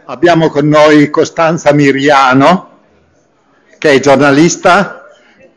Abbiamo con noi Costanza Miriano, che è giornalista,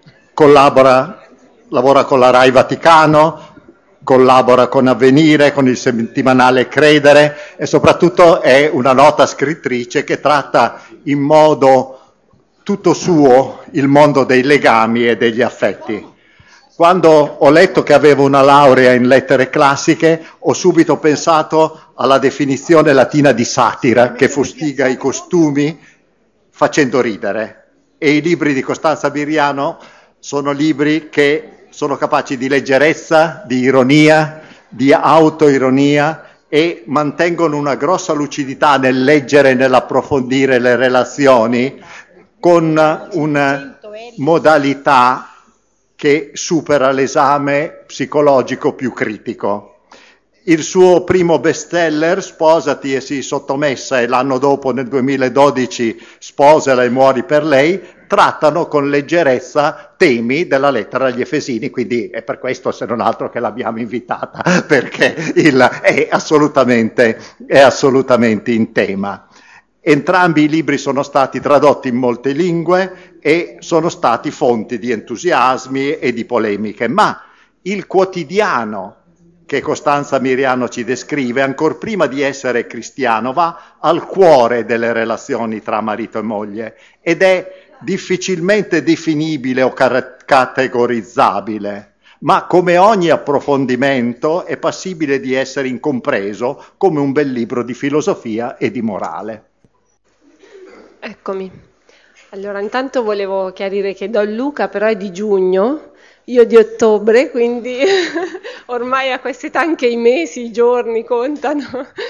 lavora con la Rai Vaticano, collabora con Avvenire, con il settimanale Credere e soprattutto è una nota scrittrice che tratta in modo tutto suo il mondo dei legami e degli affetti. Quando ho letto che avevo una laurea in lettere classiche, ho subito pensato alla definizione latina di satira, che fustiga i costumi facendo ridere. E i libri di Costanza Miriano sono libri che sono capaci di leggerezza, di ironia, di autoironia e mantengono una grossa lucidità nel leggere e nell'approfondire le relazioni con una modalità che supera l'esame psicologico più critico. Il suo primo bestseller, Sposati e sii sottomessa, e l'anno dopo, nel 2012, Sposala e muori per lei, trattano con leggerezza temi della lettera agli Efesini, quindi è per questo, se non altro, che l'abbiamo invitata, perché è assolutamente in tema. Entrambi i libri sono stati tradotti in molte lingue e sono stati fonti di entusiasmi e di polemiche, ma il quotidiano che Costanza Miriano ci descrive, ancor prima di essere cristiano, va al cuore delle relazioni tra marito e moglie ed è difficilmente definibile o categorizzabile, ma come ogni approfondimento è passibile di essere incompreso come un bel libro di filosofia e di morale. Eccomi. Allora, intanto volevo chiarire che Don Luca però è di giugno, io di ottobre, quindi ormai a quest'età anche i mesi, i giorni contano.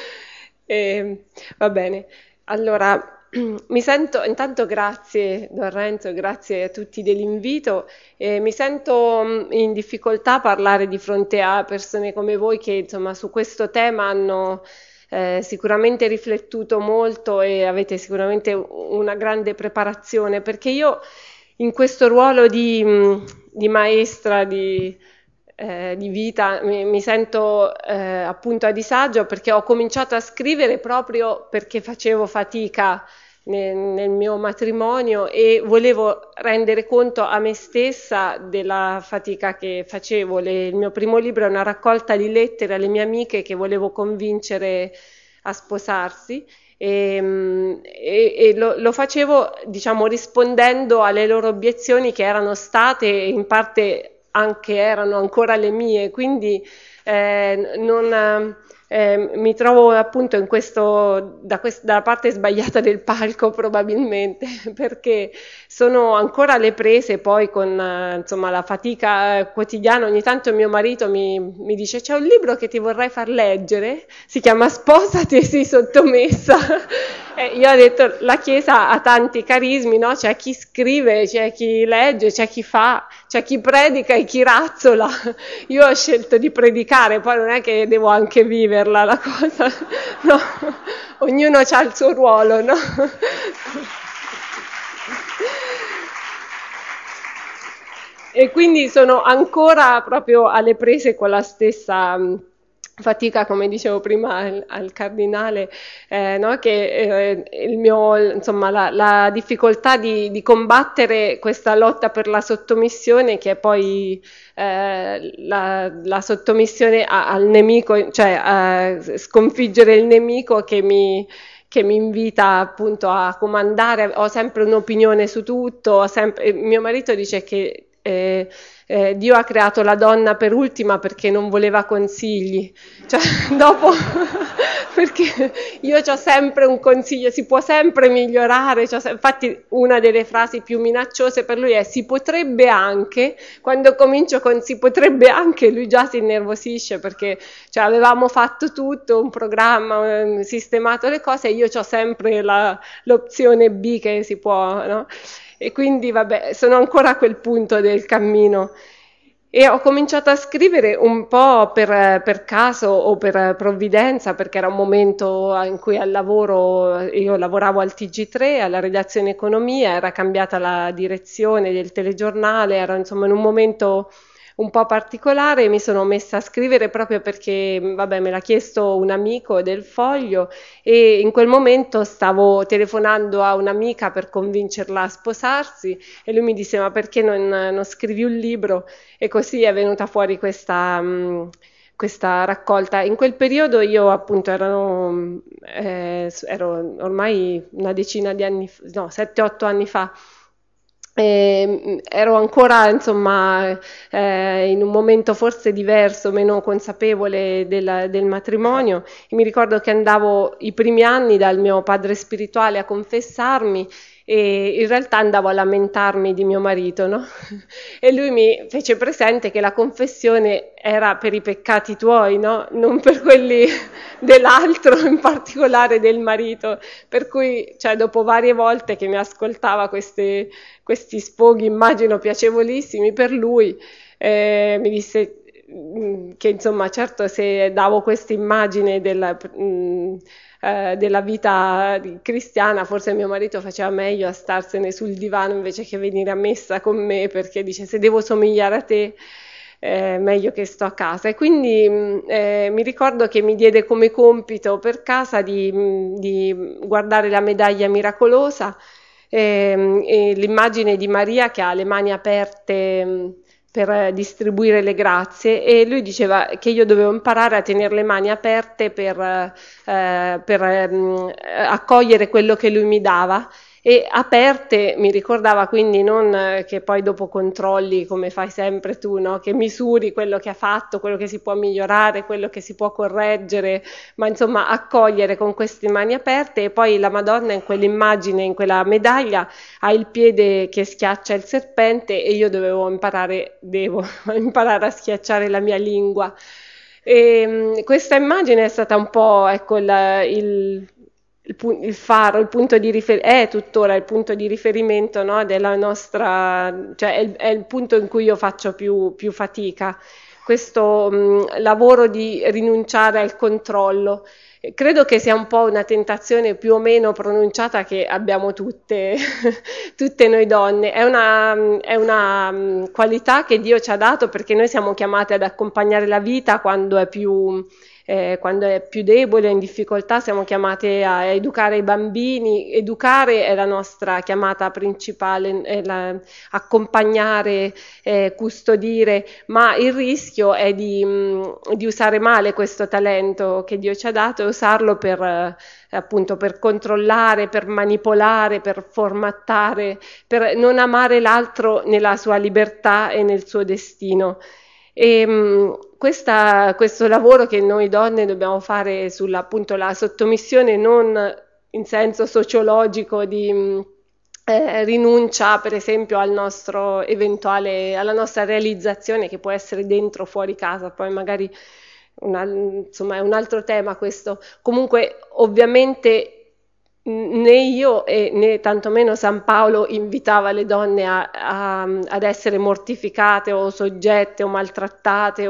Va bene. Allora, mi sento, intanto grazie Don Renzo, grazie a tutti dell'invito. Mi sento in difficoltà a parlare di fronte a persone come voi che insomma su questo tema hanno sicuramente riflettuto molto e avete sicuramente una grande preparazione, perché io in questo ruolo di maestra di vita mi sento appunto a disagio, perché ho cominciato a scrivere proprio perché facevo fatica nel mio matrimonio e volevo rendere conto a me stessa della fatica che facevo. Il mio primo libro è una raccolta di lettere alle mie amiche che volevo convincere a sposarsi e lo facevo, diciamo, rispondendo alle loro obiezioni che erano state e in parte anche erano ancora le mie, quindi mi trovo appunto in dalla parte sbagliata del palco probabilmente, perché sono ancora alle prese poi con insomma la fatica quotidiana. Ogni tanto mio marito mi dice: c'è un libro che ti vorrei far leggere, si chiama Sposati e sii sottomessa. Io ho detto, la Chiesa ha tanti carismi, no? C'è chi scrive, c'è chi legge, c'è chi fa, c'è chi predica e chi razzola. Io ho scelto di predicare, poi non è che devo anche viverla la cosa, no? Ognuno ha il suo ruolo, no? E quindi sono ancora proprio alle prese con la stessa fatica, come dicevo prima al cardinale, no? Che insomma, la difficoltà di combattere questa lotta per la sottomissione, che è poi la sottomissione al nemico, cioè a sconfiggere il nemico che mi invita appunto a comandare. Ho sempre un'opinione su tutto, mio marito dice che Dio ha creato la donna per ultima perché non voleva consigli, cioè dopo perché io ho sempre un consiglio, si può sempre migliorare, infatti una delle frasi più minacciose per lui è si potrebbe anche. Quando comincio con si potrebbe anche, lui già si innervosisce, perché cioè, avevamo fatto tutto, un programma, sistemato le cose, e io ho sempre l'opzione B che si può, no? E quindi vabbè, sono ancora a quel punto del cammino e ho cominciato a scrivere un po' per caso o per provvidenza, perché era un momento in cui al lavoro, io lavoravo al TG3, alla redazione economia, era cambiata la direzione del telegiornale, era insomma in un momento un po' particolare, mi sono messa a scrivere proprio perché, vabbè, me l'ha chiesto un amico del Foglio e in quel momento stavo telefonando a un'amica per convincerla a sposarsi e lui mi disse: ma perché non scrivi un libro? E così è venuta fuori questa raccolta. In quel periodo io appunto ero ormai una decina di anni, no, 7-8 anni fa. Ero ancora, insomma, in un momento forse diverso, meno consapevole del matrimonio, e mi ricordo che andavo i primi anni dal mio padre spirituale a confessarmi e in realtà andavo a lamentarmi di mio marito, no? E lui mi fece presente che la confessione era per i peccati tuoi, no? Non per quelli dell'altro, in particolare del marito. Per cui, cioè, dopo varie volte che mi ascoltava questi sfoghi, immagino piacevolissimi per lui, mi disse che insomma, certo, se davo questa immagine della vita cristiana, forse mio marito faceva meglio a starsene sul divano invece che venire a messa con me, perché dice: se devo somigliare a te, meglio che sto a casa. E quindi mi ricordo che mi diede come compito per casa di guardare la medaglia miracolosa e l'immagine di Maria che ha le mani aperte per distribuire le grazie, e lui diceva che io dovevo imparare a tenere le mani aperte per accogliere quello che lui mi dava. E aperte mi ricordava quindi non che poi dopo controlli come fai sempre tu, no? Che misuri quello che ha fatto, quello che si può migliorare, quello che si può correggere, ma insomma accogliere con queste mani aperte. E poi la Madonna in quell'immagine, in quella medaglia, ha il piede che schiaccia il serpente e io devo imparare a schiacciare la mia lingua. E questa immagine è stata un po', ecco, il faro, il punto di è tuttora il punto di riferimento, no, della nostra, cioè è il punto in cui io faccio più fatica, questo lavoro di rinunciare al controllo. Credo che sia un po' una tentazione più o meno pronunciata che abbiamo tutte noi donne. È una qualità che Dio ci ha dato, perché noi siamo chiamate ad accompagnare la vita quando è più debole, in difficoltà. Siamo chiamate a educare i bambini. Educare è la nostra chiamata principale, accompagnare, custodire, ma il rischio è di usare male questo talento che Dio ci ha dato e usarlo appunto per controllare, per manipolare, per formattare, per non amare l'altro nella sua libertà e nel suo destino. E questo lavoro che noi donne dobbiamo fare sulla, appunto, la sottomissione, non in senso sociologico di rinuncia per esempio alla nostra realizzazione, che può essere dentro o fuori casa, poi magari insomma è un altro tema questo. Comunque ovviamente né io né tantomeno San Paolo invitava le donne ad essere mortificate o soggette o maltrattate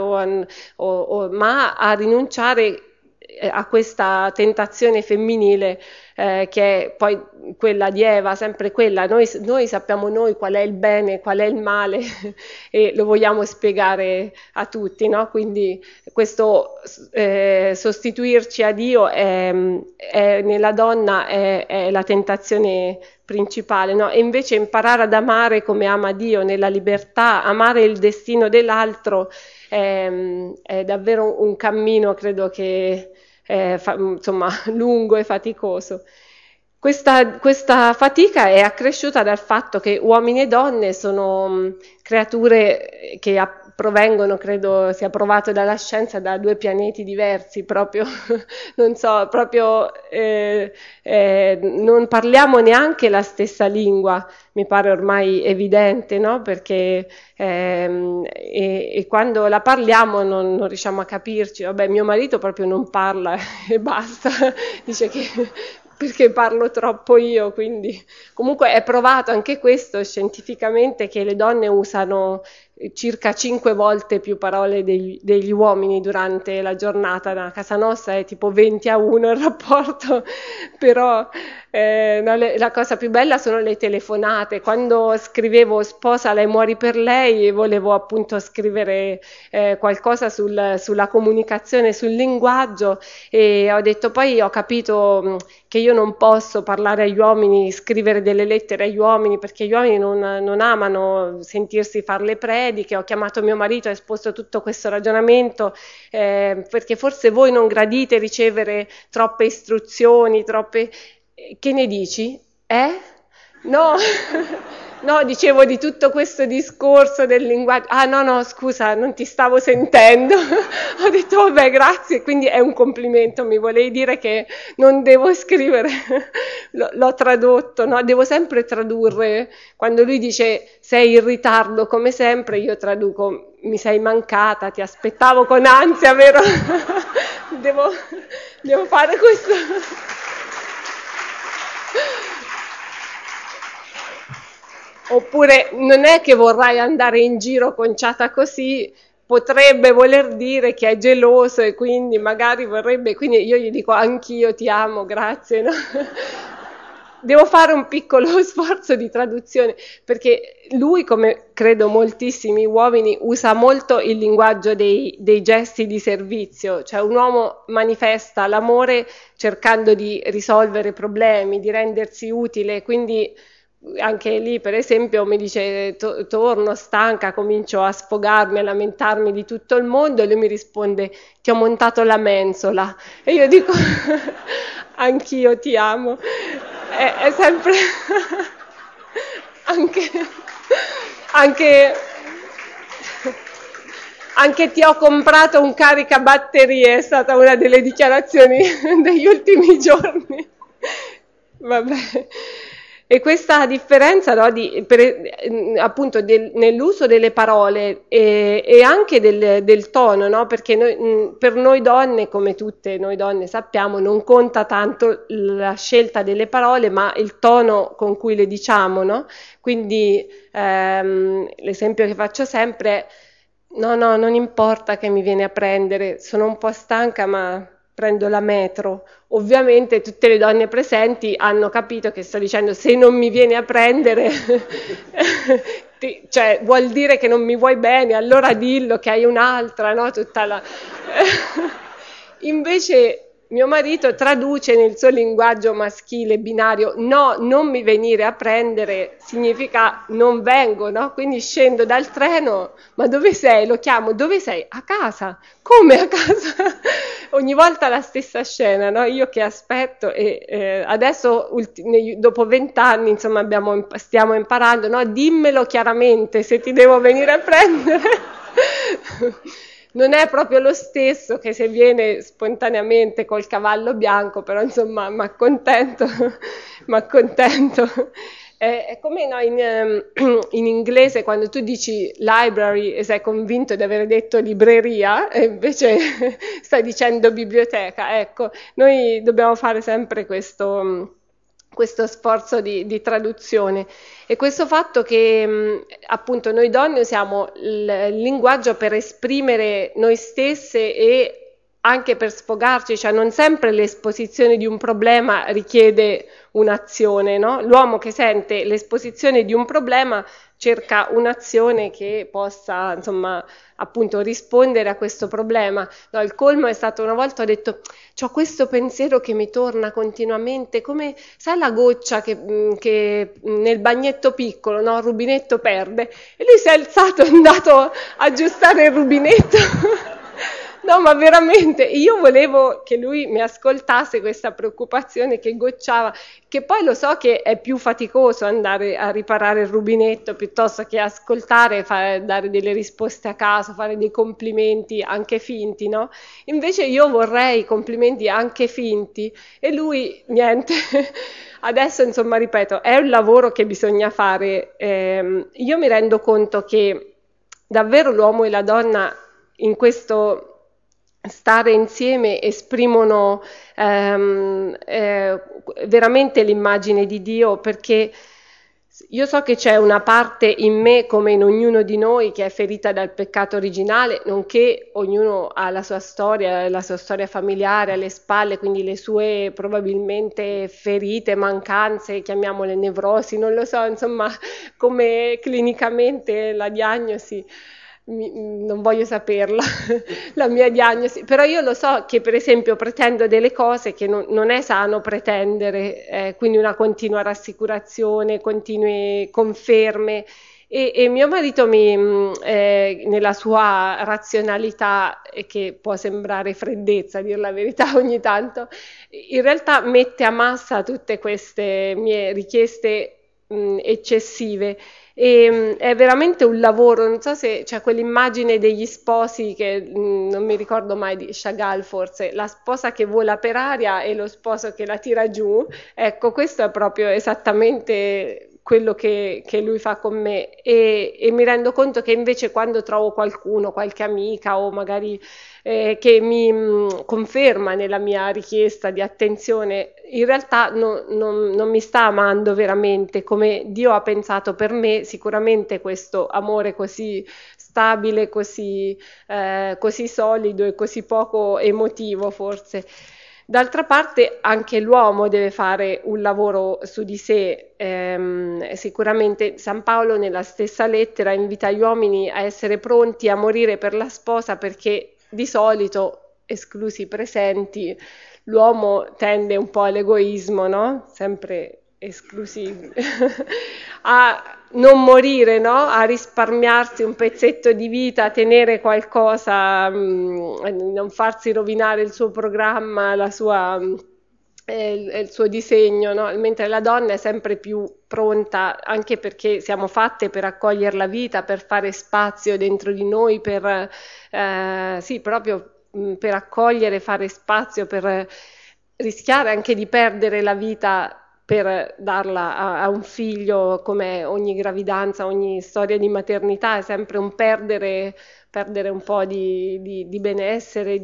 ma a rinunciare a questa tentazione femminile che è poi quella di Eva, sempre quella. Noi sappiamo qual è il bene, qual è il male e lo vogliamo spiegare a tutti, no? Quindi questo sostituirci a Dio nella donna è la tentazione principale, no? E invece imparare ad amare come ama Dio, nella libertà, amare il destino dell'altro è davvero un cammino, credo che insomma lungo e faticoso. Questa fatica è accresciuta dal fatto che uomini e donne sono creature che provengono, credo sia provato dalla scienza, da due pianeti diversi, proprio, non so, proprio non parliamo neanche la stessa lingua, mi pare ormai evidente, no? Perché e quando la parliamo non riusciamo a capirci. Vabbè, mio marito proprio non parla e basta, dice che perché parlo troppo io, quindi comunque è provato anche questo scientificamente, che le donne usano circa 5 volte più parole degli uomini durante la giornata. A casa nostra è tipo 20-1 il rapporto, però No, la cosa più bella sono le telefonate. Quando scrivevo Sposala e muori per lei, volevo appunto scrivere qualcosa sulla comunicazione, sul linguaggio, e ho detto, poi ho capito che io non posso parlare agli uomini, scrivere delle lettere agli uomini, perché gli uomini non amano sentirsi fare le prediche. Ho chiamato mio marito, ho esposto tutto questo ragionamento, perché forse voi non gradite ricevere troppe istruzioni, troppe... Che ne dici? No, no, dicevo di tutto questo discorso del linguaggio. Ah, no, scusa, non ti stavo sentendo. Ho detto, vabbè, grazie, quindi è un complimento, mi volevi dire che non devo scrivere, l'ho tradotto, no? Devo sempre tradurre. Quando lui dice sei in ritardo come sempre, io traduco mi sei mancata, ti aspettavo con ansia, vero? Devo fare questo. Oppure non è che vorrai andare in giro conciata così, potrebbe voler dire che è geloso e quindi magari vorrebbe, quindi io gli dico anch'io ti amo, grazie, no? Devo fare un piccolo sforzo di traduzione, perché lui, come credo moltissimi uomini, usa molto il linguaggio dei gesti di servizio, cioè un uomo manifesta l'amore cercando di risolvere problemi, di rendersi utile, quindi anche lì per esempio mi dice torno stanca, comincio a sfogarmi, a lamentarmi di tutto il mondo, e lui mi risponde ti ho montato la mensola, e io dico anch'io ti amo, è sempre anche ti ho comprato un caricabatterie, è stata una delle dichiarazioni degli ultimi giorni. Vabbè. E questa differenza, no, appunto nell'uso delle parole e anche del tono, no? Perché per noi donne, come tutte noi donne sappiamo, non conta tanto la scelta delle parole, ma il tono con cui le diciamo, no? Quindi l'esempio che faccio sempre è no, non importa che mi viene a prendere, sono un po' stanca, ma prendo la metro. Ovviamente tutte le donne presenti hanno capito che sto dicendo se non mi viene a prendere, cioè vuol dire che non mi vuoi bene, allora dillo che hai un'altra, no? Invece mio marito traduce nel suo linguaggio maschile binario, no, non mi venire a prendere significa non vengo, no? Quindi scendo dal treno, ma dove sei? Lo chiamo, dove sei? A casa. Come a casa? Ogni volta la stessa scena, no? Io che aspetto e adesso dopo 20 anni insomma stiamo imparando, no? Dimmelo chiaramente se ti devo venire a prendere. Non è proprio lo stesso che se viene spontaneamente col cavallo bianco, però insomma mi accontento. È come no, in inglese quando tu dici library e sei convinto di aver detto libreria e invece stai dicendo biblioteca. Ecco, noi dobbiamo fare sempre questo sforzo di traduzione, e questo fatto che appunto noi donne usiamo il linguaggio per esprimere noi stesse e anche per sfogarci, cioè non sempre l'esposizione di un problema richiede un'azione, no? L'uomo che sente l'esposizione di un problema cerca un'azione che possa, insomma, appunto rispondere a questo problema. No, il colmo è stato una volta, ho detto, c'ho questo pensiero che mi torna continuamente, come, sai la goccia che nel bagnetto piccolo, no, il rubinetto perde, e lui si è alzato e è andato a aggiustare il rubinetto. No, ma veramente, io volevo che lui mi ascoltasse questa preoccupazione che gocciava, che poi lo so che è più faticoso andare a riparare il rubinetto piuttosto che ascoltare, dare delle risposte a caso, fare dei complimenti anche finti, no? Invece io vorrei complimenti anche finti e lui niente. Adesso, insomma, ripeto, è un lavoro che bisogna fare. Io mi rendo conto che davvero l'uomo e la donna in questo stare insieme esprimono veramente l'immagine di Dio, perché io so che c'è una parte in me, come in ognuno di noi, che è ferita dal peccato originale, nonché ognuno ha la sua storia familiare alle spalle, quindi le sue probabilmente ferite, mancanze, chiamiamole nevrosi, non lo so, insomma, come clinicamente la diagnosi. Non voglio saperla, la mia diagnosi, però io lo so che per esempio pretendo delle cose che non è sano pretendere, quindi una continua rassicurazione, continue conferme. E mio marito nella sua razionalità, che può sembrare freddezza, a dir la verità ogni tanto, in realtà mette a massa tutte queste mie richieste eccessive. E, è veramente un lavoro, non so se c'è quell'immagine degli sposi che non mi ricordo mai, di Chagall forse, la sposa che vola per aria e lo sposo che la tira giù. Ecco, questo è proprio esattamente quello che lui fa con me, e mi rendo conto che invece quando trovo qualcuno, qualche amica o magari che mi conferma nella mia richiesta di attenzione, in realtà non mi sta amando veramente come Dio ha pensato per me. Sicuramente questo amore così stabile, così solido e così poco emotivo forse. D'altra parte anche l'uomo deve fare un lavoro su di sé. Sicuramente San Paolo nella stessa lettera invita gli uomini a essere pronti a morire per la sposa, perché di solito, esclusi i presenti, l'uomo tende un po' all'egoismo, no? Sempre esclusivi, a non morire, no? A risparmiarsi un pezzetto di vita, a tenere qualcosa, non farsi rovinare il suo programma, il suo disegno, no? Mentre la donna è sempre più pronta, anche perché siamo fatte per accogliere la vita, per fare spazio dentro di noi, sì, proprio per accogliere, fare spazio, per rischiare anche di perdere la vita per darla a un figlio. Come ogni gravidanza, ogni storia di maternità è sempre un perdere un po' di benessere,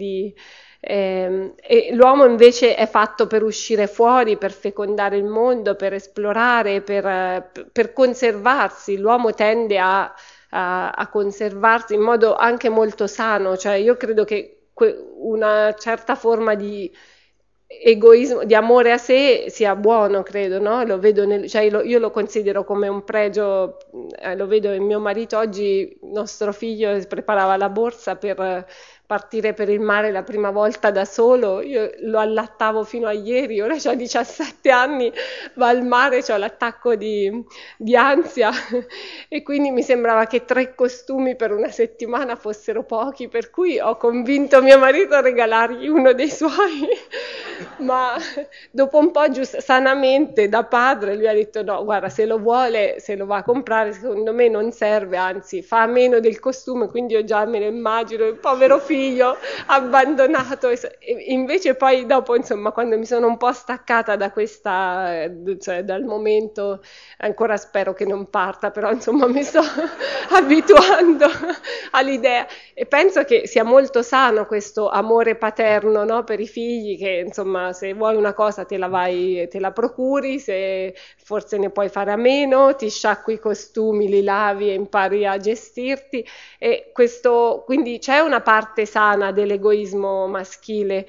e l'uomo invece è fatto per uscire fuori, per fecondare il mondo, per esplorare, per conservarsi. L'uomo tende a conservarsi in modo anche molto sano, cioè io credo che una certa forma di egoismo, di amore a sé sia buono, credo, no? Lo vedo cioè io lo considero come un pregio, lo vedo in mio marito. Oggi nostro figlio preparava la borsa per partire per il mare la prima volta da solo. Io lo allattavo fino a ieri, ora ho 17 anni, va al mare, ho l'attacco di ansia e quindi mi sembrava che 3 costumi per una settimana fossero pochi, per cui ho convinto mio marito a regalargli uno dei suoi, ma dopo un po' sanamente da padre lui ha detto no, guarda, se lo vuole, se lo va a comprare, secondo me non serve, anzi fa a meno del costume. Quindi io già me lo immagino, il povero figlio abbandonato. E invece poi dopo, insomma, quando mi sono un po' staccata da questa, cioè dal momento, ancora spero che non parta, però insomma mi sto abituando all'idea, e penso che sia molto sano questo amore paterno, no, per i figli, che insomma se vuoi una cosa te la procuri, se forse ne puoi fare a meno, ti sciacqui i costumi, li lavi e impari a gestirti. E questo, quindi c'è una parte sana dell'egoismo maschile.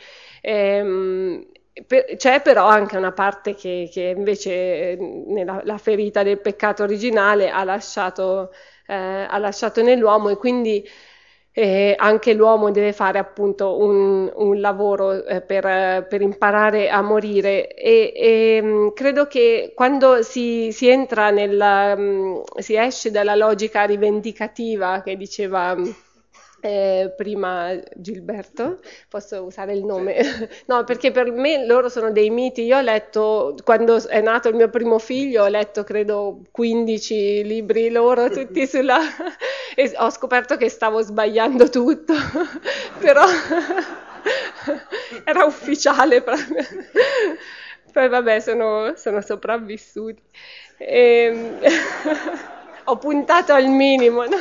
C'è però anche una parte che invece nella la ferita del peccato originale ha lasciato nell'uomo, e quindi anche l'uomo deve fare appunto un lavoro per imparare a morire. E credo che quando si entra si esce dalla logica rivendicativa che diceva prima Gilberto, posso usare il nome? No, perché per me loro sono dei miti. Io ho letto, quando è nato il mio primo figlio, ho letto credo 15 libri loro, tutti sulla... e ho scoperto che stavo sbagliando tutto, però era ufficiale proprio. Poi vabbè, sono sopravvissuti. E... ho puntato al minimo, no?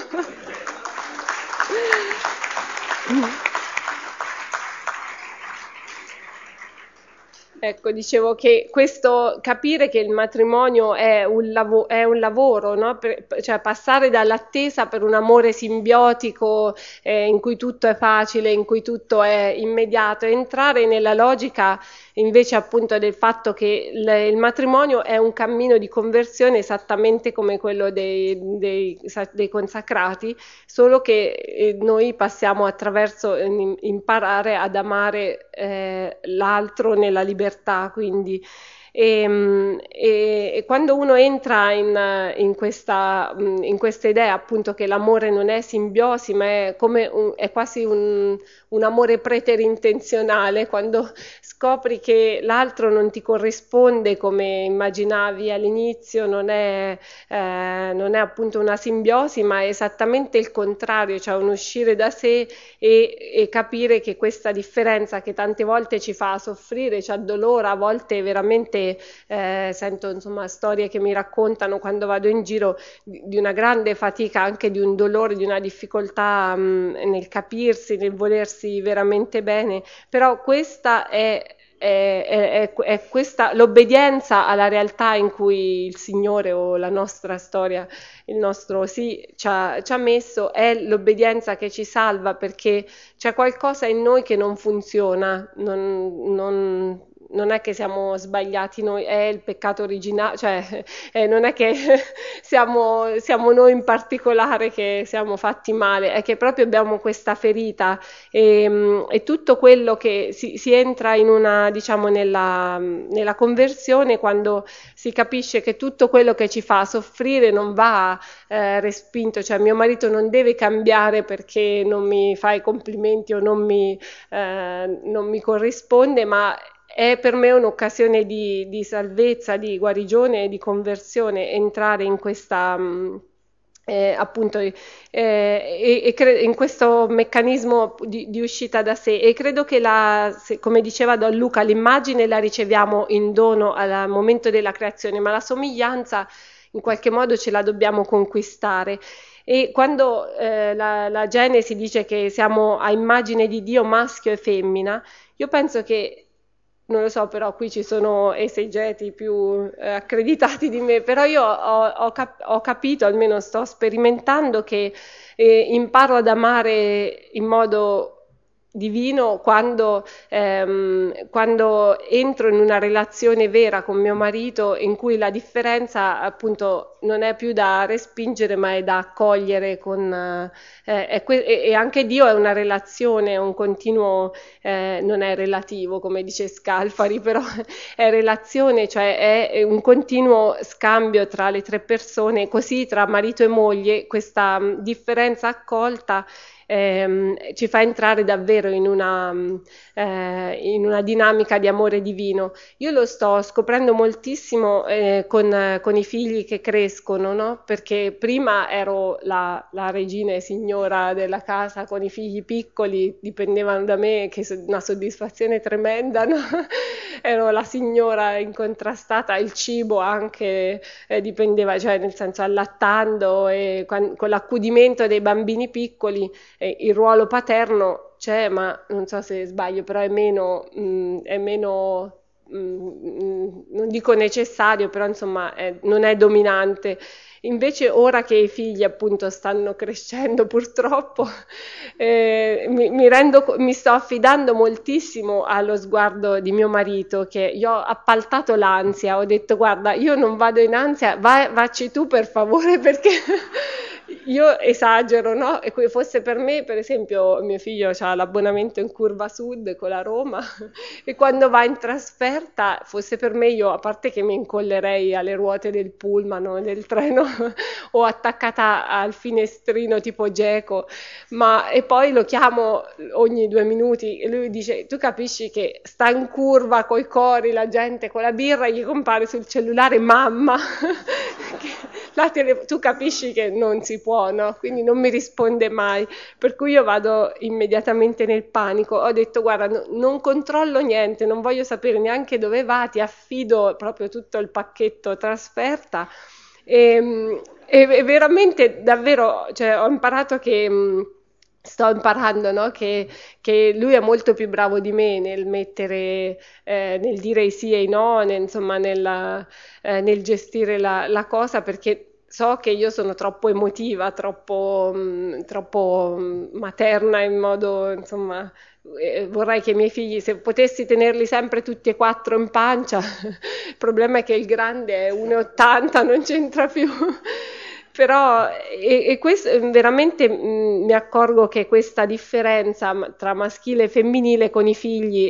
Ecco, dicevo che questo capire che il matrimonio è un lavoro, no? Cioè passare dall'attesa per un amore simbiotico in cui tutto è facile, in cui tutto è immediato, e entrare nella logica invece appunto del fatto che il matrimonio è un cammino di conversione esattamente come quello dei consacrati, solo che noi passiamo attraverso imparare ad amare l'altro nella libertà, quindi e quando uno entra in questa idea appunto che l'amore non è simbiosi, ma è come è quasi un amore preterintenzionale, quando scopri che l'altro non ti corrisponde come immaginavi all'inizio, non è appunto una simbiosi, ma è esattamente il contrario, cioè un uscire da sé e capire che questa differenza che tante volte ci fa soffrire, ci addolora, a volte veramente sento insomma storie che mi raccontano quando vado in giro di una grande fatica, anche di un dolore, di una difficoltà nel capirsi, nel volersi veramente bene, però questa è questa l'obbedienza alla realtà in cui il Signore o la nostra storia, il nostro sì ci ha messo, è l'obbedienza che ci salva, perché c'è qualcosa in noi che non funziona, non è che siamo sbagliati noi, è il peccato originale, cioè non è che siamo noi in particolare che siamo fatti male, è che proprio abbiamo questa ferita e tutto quello che si entra in una, diciamo, nella conversione, quando si capisce che tutto quello che ci fa soffrire non va respinto, cioè mio marito non deve cambiare perché non mi fa i complimenti o non mi corrisponde, ma è per me un'occasione di salvezza, di guarigione e di conversione, entrare in questa appunto in questo meccanismo di uscita da sé, e credo che come diceva Don Luca, l'immagine la riceviamo in dono al momento della creazione, ma la somiglianza in qualche modo ce la dobbiamo conquistare. E quando la Genesi dice che siamo a immagine di Dio, maschio e femmina, io penso che, non lo so, però qui ci sono esegeti più accreditati di me, però io ho capito, almeno sto sperimentando, che imparo ad amare in modo divino quando entro in una relazione vera con mio marito, in cui la differenza appunto non è più da respingere ma è da accogliere e anche Dio è una relazione, è un continuo, non è relativo come dice Scalfari, però è relazione, cioè è un continuo scambio tra le tre persone, così tra marito e moglie questa differenza accolta ci fa entrare davvero in una dinamica di amore divino. Io lo sto scoprendo moltissimo con i figli che crescono, no? Perché prima ero la regina e signora della casa con i figli piccoli, dipendevano da me, che una soddisfazione tremenda, no? Ero la signora incontrastata, il cibo anche dipendeva, cioè nel senso allattando e con l'accudimento dei bambini piccoli. Il ruolo paterno c'è, ma non so se sbaglio, però è meno non dico necessario, però insomma non è dominante. Invece ora che i figli appunto stanno crescendo purtroppo, mi sto affidando moltissimo allo sguardo di mio marito, che io ho appaltato l'ansia, ho detto guarda, io non vado in ansia, vacci tu per favore, perché io esagero, no? E fosse per me, per esempio, mio figlio ha l'abbonamento in Curva Sud con la Roma e quando va in trasferta, fosse per me, io a parte che mi incollerei alle ruote del pullman o del treno o attaccata al finestrino tipo Geco, e poi lo chiamo ogni 2 minuti e lui dice tu capisci che sta in curva coi cori, la gente con la birra, gli compare sul cellulare mamma tu capisci che non si può, no? Quindi non mi risponde mai, per cui io vado immediatamente nel panico. Ho detto guarda, non controllo niente, non voglio sapere neanche dove va, ti affido proprio tutto il pacchetto trasferta e veramente davvero, cioè, ho imparato che sto imparando, no? Che lui è molto più bravo di me nel mettere, nel dire i sì e i no, insomma, nel gestire la cosa, perché so che io sono troppo emotiva, troppo materna in modo, insomma, vorrei che i miei figli, se potessi tenerli sempre tutti e quattro in pancia, il problema è che il grande è 1,80, non c'entra più. Però, e questo veramente mi accorgo che questa differenza tra maschile e femminile con i figli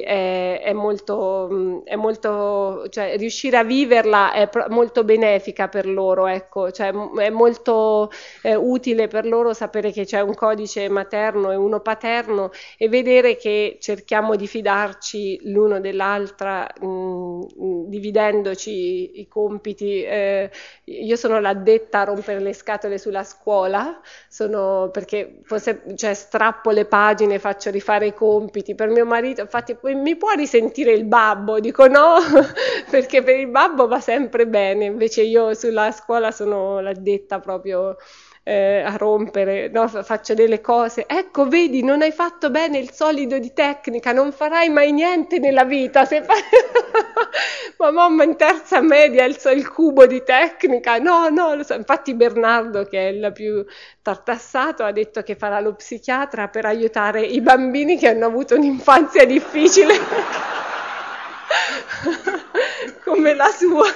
è molto, cioè riuscire a viverla è molto benefica per loro, ecco, cioè è molto utile per loro sapere che c'è un codice materno e uno paterno, e vedere che cerchiamo di fidarci l'uno dell'altra, dividendoci i compiti. Io sono l'addetta a rompere le scatole sulla scuola, perché cioè, strappo le pagine, faccio rifare i compiti. Per mio marito, infatti, mi può risentire il babbo? Dico no, perché per il babbo va sempre bene, invece io sulla scuola sono l'addetta proprio a rompere, no? Faccio delle cose, ecco vedi non hai fatto bene il solido di tecnica, non farai mai niente nella vita se fai... ma mamma in terza media il cubo di tecnica, no no, lo so. Infatti Bernardo, che è il più tartassato, ha detto che farà lo psichiatra per aiutare i bambini che hanno avuto un'infanzia difficile come la sua.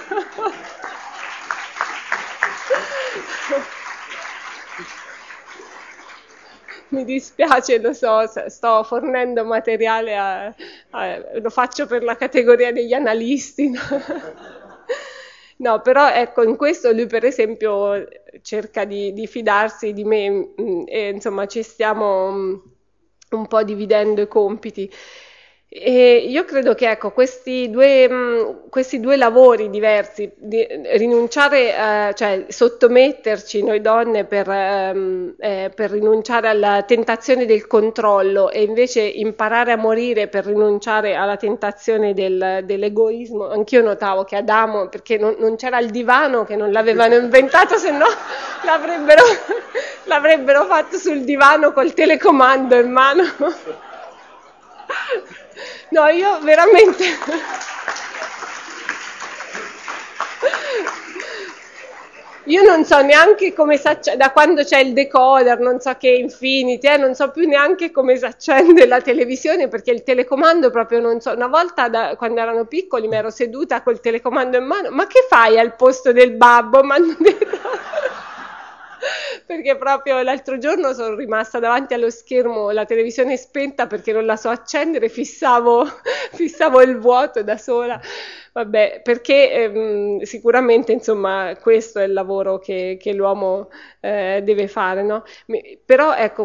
Mi dispiace, lo so, sto fornendo materiale, lo faccio per la categoria degli analisti, no? No, però ecco, in questo lui per esempio cerca di fidarsi di me, e insomma ci stiamo un po' dividendo i compiti. E io credo che ecco, questi due lavori diversi, rinunciare, cioè sottometterci noi donne per rinunciare alla tentazione del controllo e invece imparare a morire per rinunciare alla tentazione dell'egoismo. Anch'io notavo che Adamo, perché non c'era il divano, che non l'avevano inventato, se no l'avrebbero fatto sul divano col telecomando in mano. No, io veramente... Io non so neanche come da quando c'è il decoder, non so che Infinity, non so più neanche come si accende la televisione, perché il telecomando proprio non so. Una volta quando erano piccoli mi ero seduta col telecomando in mano, ma che fai al posto del babbo? Ma non perché proprio l'altro giorno sono rimasta davanti allo schermo, la televisione spenta perché non la so accendere, fissavo il vuoto da sola. Vabbè, perché sicuramente insomma questo è il lavoro che l'uomo deve fare, no? Però ecco,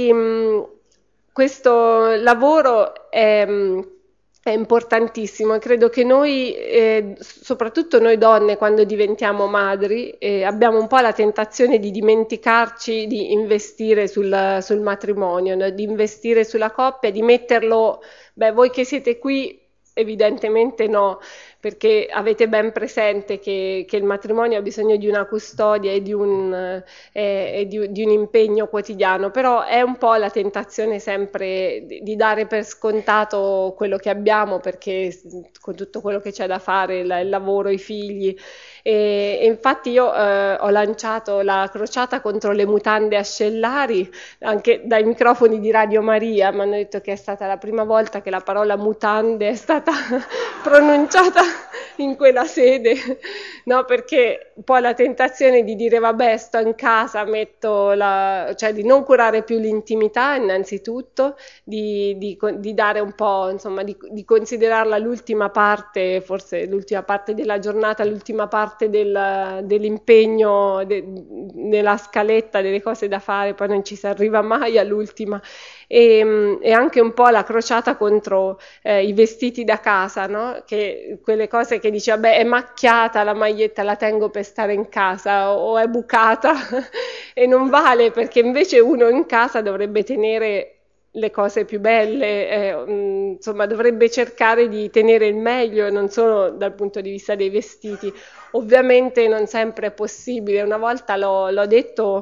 questo lavoro è importantissimo e credo che noi, soprattutto noi donne, quando diventiamo madri, abbiamo un po' la tentazione di dimenticarci di investire sul matrimonio, no? Di investire sulla coppia, di metterlo, beh, voi che siete qui evidentemente no, perché avete ben presente che il matrimonio ha bisogno di una custodia e di un impegno quotidiano, però è un po' la tentazione sempre di dare per scontato quello che abbiamo, perché con tutto quello che c'è da fare, il lavoro, i figli. E infatti io ho lanciato la crociata contro le mutande ascellari, anche dai microfoni di Radio Maria mi hanno detto che è stata la prima volta che la parola mutande è stata pronunciata in quella sede, no? Perché poi la tentazione di dire vabbè sto in casa, cioè di non curare più l'intimità innanzitutto, di dare un po', insomma, di considerarla l'ultima parte, forse l'ultima parte della giornata, l'ultima parte dell'impegno, nella scaletta delle cose da fare, poi non ci si arriva mai all'ultima. E anche un po' la crociata contro i vestiti da casa, no? Che quelle cose che dici vabbè è macchiata la maglietta, la tengo per stare in casa, o è bucata e non vale, perché invece uno in casa dovrebbe tenere le cose più belle, insomma dovrebbe cercare di tenere il meglio, non solo dal punto di vista dei vestiti. Ovviamente non sempre è possibile. Una volta l'ho detto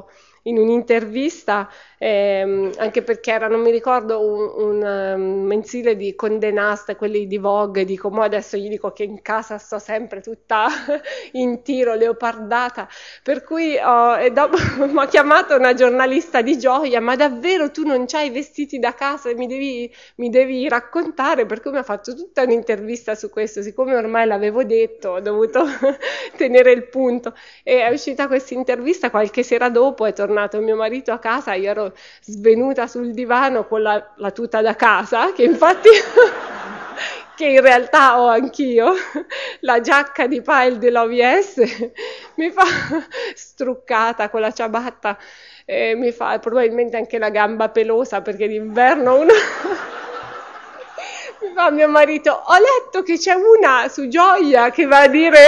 in un'intervista, anche perché era, non mi ricordo, un mensile di Condé Nast, quelli di Vogue, dico, mo adesso gli dico che in casa sto sempre tutta in tiro, leopardata, per cui e dopo mi ha chiamato una giornalista di Gioia, ma davvero tu non c'hai i vestiti da casa, mi devi raccontare, per cui mi ha fatto tutta un'intervista su questo, siccome ormai l'avevo detto, ho dovuto tenere il punto, e è uscita questa intervista, qualche sera dopo è tornato mio marito a casa, io ero svenuta sul divano con la tuta da casa, che infatti che in realtà ho anch'io, la giacca di Pile dell'OVS, mi fa struccata con la ciabatta, mi fa probabilmente anche la gamba pelosa, perché d'inverno uno... Mi fa mio marito, ho letto che c'è una su Gioia che va a dire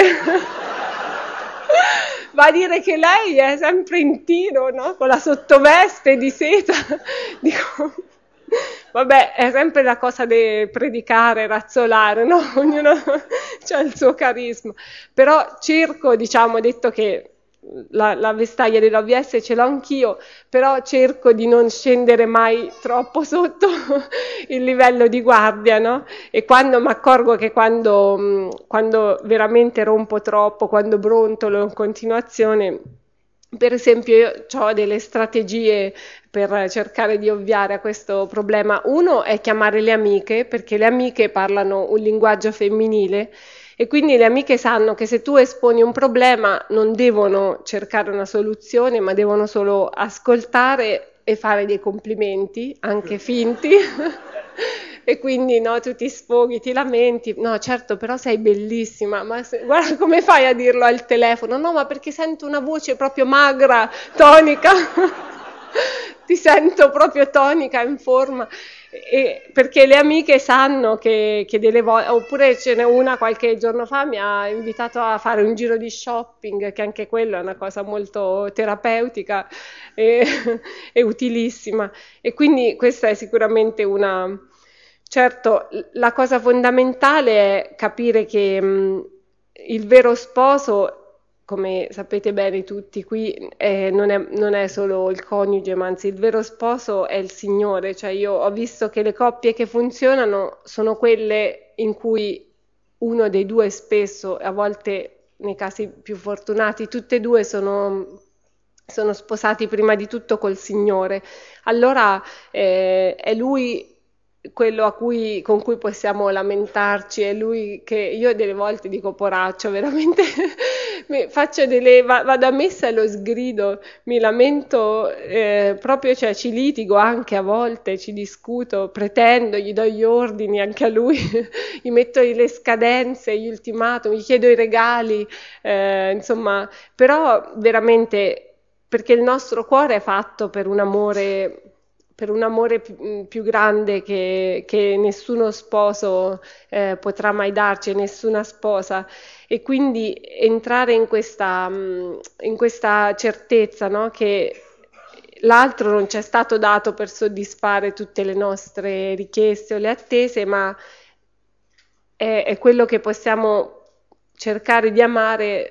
che lei è sempre in tiro, no? Con la sottoveste di seta. Dico, vabbè, è sempre la cosa di predicare, razzolare, no? Ognuno ha il suo carisma. Però cerco, diciamo, detto che la vestaglia dell'OVS ce l'ho anch'io, però cerco di non scendere mai troppo sotto il livello di guardia, no? E quando mi accorgo che quando veramente rompo troppo, quando brontolo in continuazione, per esempio io ho delle strategie per cercare di ovviare a questo problema. Uno è chiamare le amiche, perché le amiche parlano un linguaggio femminile, e quindi le amiche sanno che se tu esponi un problema non devono cercare una soluzione, ma devono solo ascoltare e fare dei complimenti, anche finti. E quindi no, tu ti sfoghi, ti lamenti, no certo però sei bellissima, ma guarda come fai a dirlo al telefono? No, ma perché sento una voce proprio magra, tonica, ti sento proprio tonica, in forma. Perché le amiche sanno che delle volte, oppure ce n'è una qualche giorno fa mi ha invitato a fare un giro di shopping, che anche quella è una cosa molto terapeutica e, e utilissima, e quindi questa è sicuramente una... Certo, la cosa fondamentale è capire che il vero sposo, come sapete bene tutti qui, non è solo il coniuge, ma anzi il vero sposo è il Signore. Cioè io ho visto che le coppie che funzionano sono quelle in cui uno dei due spesso, a volte nei casi più fortunati, tutte e due sono sposati prima di tutto col Signore. Allora è Lui quello con cui possiamo lamentarci, è Lui che io delle volte dico poraccio, veramente vado a messa e lo sgrido, mi lamento proprio, cioè ci litigo anche a volte, ci discuto, pretendo, gli do gli ordini anche a lui, gli metto le scadenze, gli ultimatumi, gli chiedo i regali, insomma, però veramente perché il nostro cuore è fatto per un amore più grande che nessuno sposo potrà mai darci, nessuna sposa, e quindi entrare in questa certezza, no? Che l'altro non ci è stato dato per soddisfare tutte le nostre richieste o le attese, ma è quello che possiamo cercare di amare.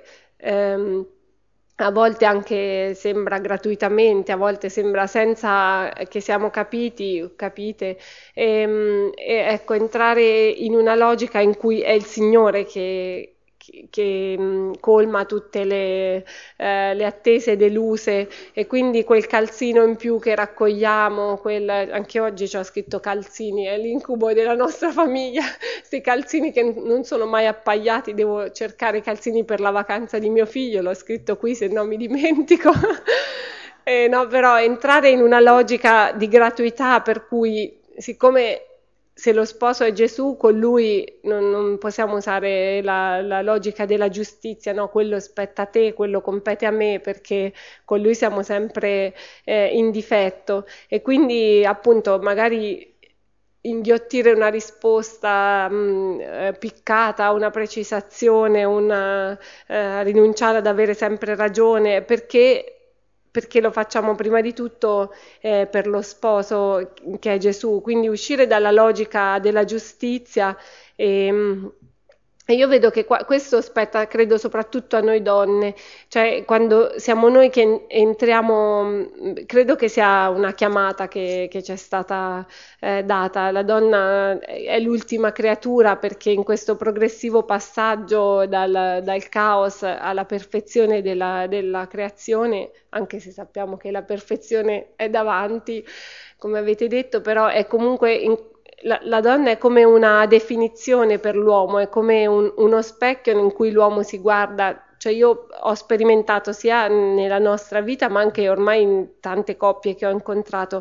A volte anche sembra gratuitamente, a volte sembra senza che siamo capite, ecco, entrare in una logica in cui è il Signore che colma tutte le attese deluse, e quindi quel calzino in più che raccogliamo, anche oggi ci ho scritto calzini, è l'incubo della nostra famiglia, questi calzini che non sono mai appaiati, devo cercare i calzini per la vacanza di mio figlio, l'ho scritto qui se no mi dimentico. No, però entrare in una logica di gratuità per cui, siccome se lo sposo è Gesù, con lui non possiamo usare la logica della giustizia, no? Quello spetta a te, quello compete a me, perché con lui siamo sempre in difetto, e quindi appunto magari inghiottire una risposta piccata, una precisazione, rinunciare ad avere sempre ragione, perché lo facciamo prima di tutto per lo sposo che è Gesù, quindi uscire dalla logica della giustizia e E io vedo che questo spetta, credo, soprattutto a noi donne, cioè quando siamo noi che entriamo, credo che sia una chiamata che ci è stata data. La donna è l'ultima creatura perché in questo progressivo passaggio dal caos alla perfezione della creazione, anche se sappiamo che la perfezione è davanti, come avete detto, però è comunque la donna è come una definizione per l'uomo, è come uno specchio in cui l'uomo si guarda. Cioè io ho sperimentato sia nella nostra vita, ma anche ormai in tante coppie che ho incontrato,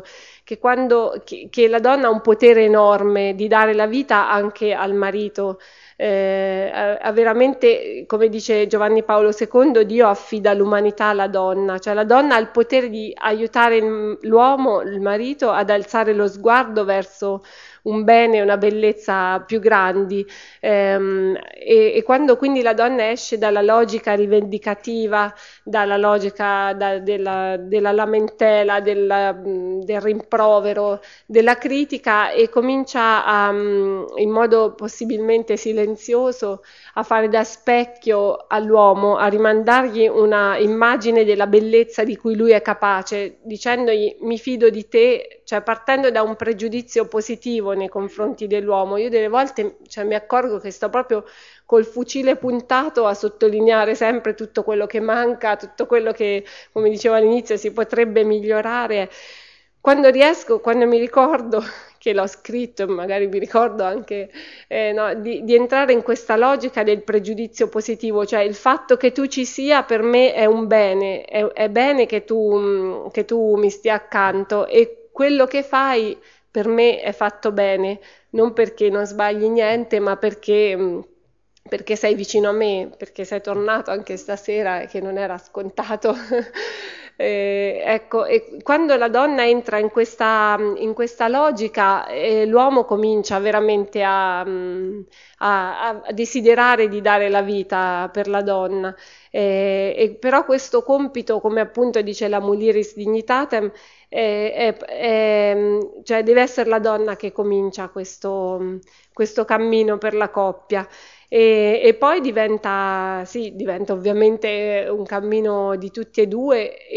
che la donna ha un potere enorme di dare la vita anche al marito. Ha veramente, come dice Giovanni Paolo II, Dio affida l'umanità alla donna, cioè la donna ha il potere di aiutare l'uomo, il marito, ad alzare lo sguardo verso un bene e una bellezza più grandi, e quando quindi la donna esce dalla logica rivendicativa, dalla logica della lamentela, del rimprovero, della critica, e comincia in modo possibilmente silenzioso a fare da specchio all'uomo, a rimandargli una immagine della bellezza di cui lui è capace, dicendogli mi fido di te, cioè partendo da un pregiudizio positivo nei confronti dell'uomo. Io delle volte, cioè, mi accorgo che sto proprio col fucile puntato a sottolineare sempre tutto quello che manca, tutto quello che, come dicevo all'inizio, si potrebbe migliorare. Quando riesco, quando mi ricordo che l'ho scritto, magari mi ricordo anche no, di entrare in questa logica del pregiudizio positivo, cioè il fatto che tu ci sia per me è un bene, è bene che tu mi stia accanto, e quello che fai per me è fatto bene, non perché non sbagli niente, ma perché sei vicino a me, perché sei tornato anche stasera, che non era scontato. Ecco, e quando la donna entra in questa logica, l'uomo comincia veramente a desiderare di dare la vita per la donna. Però questo compito, come appunto dice la Mulieris Dignitatem, cioè deve essere la donna che comincia questo cammino per la coppia. E poi diventa ovviamente un cammino di tutti e due,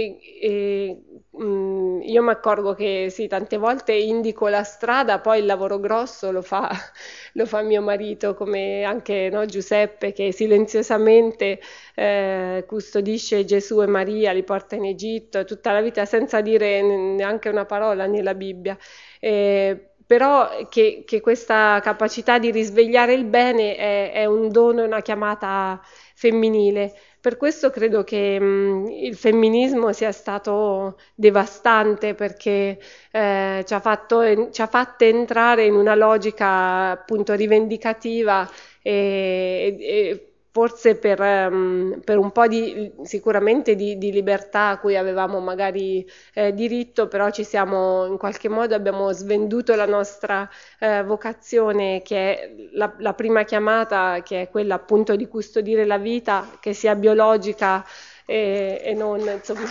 io mi accorgo che sì, tante volte indico la strada, poi il lavoro grosso lo fa mio marito, come anche no, Giuseppe, che silenziosamente custodisce Gesù e Maria, li porta in Egitto tutta la vita senza dire neanche una parola nella Bibbia. Però che questa capacità di risvegliare il bene è un dono, una chiamata femminile. Per questo credo che il femminismo sia stato devastante, perché ci ha fatto entrare in una logica appunto rivendicativa, e forse per un po' sicuramente di libertà a cui avevamo magari diritto, però in qualche modo abbiamo svenduto la nostra vocazione, che è la prima chiamata, che è quella appunto di custodire la vita, che sia biologica e non, insomma.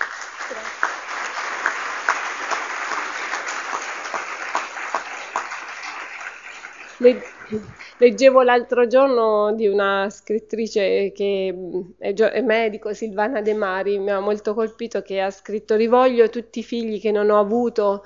Leggevo l'altro giorno di una scrittrice che è medico, Silvana De Mari, mi ha molto colpito, che ha scritto: rivoglio tutti i figli che non ho avuto,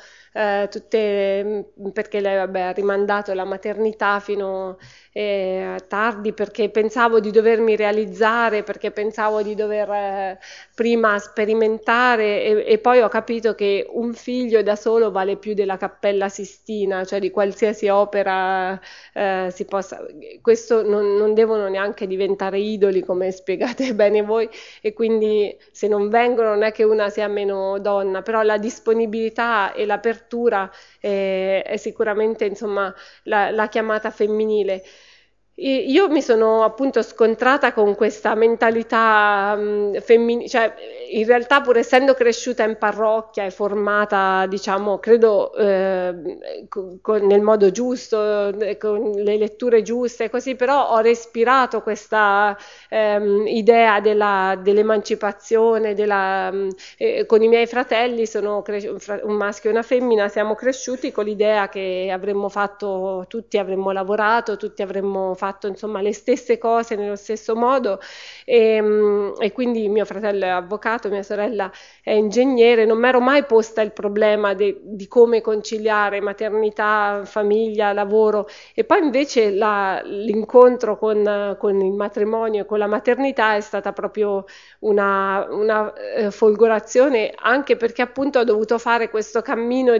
perché lei ha rimandato la maternità fino a tardi, perché pensavo di dovermi realizzare, perché pensavo di dover prima sperimentare, e poi ho capito che un figlio da solo vale più della Cappella Sistina, cioè di qualsiasi opera si possa. Questo non devono neanche diventare idoli, come spiegate bene voi, e quindi se non vengono non è che una sia meno donna, però la disponibilità e l'apertura è sicuramente, insomma, la chiamata femminile. Io mi sono appunto scontrata con questa mentalità femminile, cioè in realtà, pur essendo cresciuta in parrocchia e formata, diciamo, credo nel modo giusto, con le letture giuste, così, però ho respirato questa idea dell'emancipazione, con i miei fratelli, un maschio e una femmina, siamo cresciuti con l'idea che tutti avremmo lavorato, tutti avremmo fatto fatto insomma le stesse cose nello stesso modo e quindi mio fratello è avvocato, mia sorella è ingegnere, non mi ero mai posta il problema di come conciliare maternità, famiglia, lavoro e poi invece l'incontro con il matrimonio e con la maternità è stata proprio una folgorazione, anche perché appunto ho dovuto fare questo cammino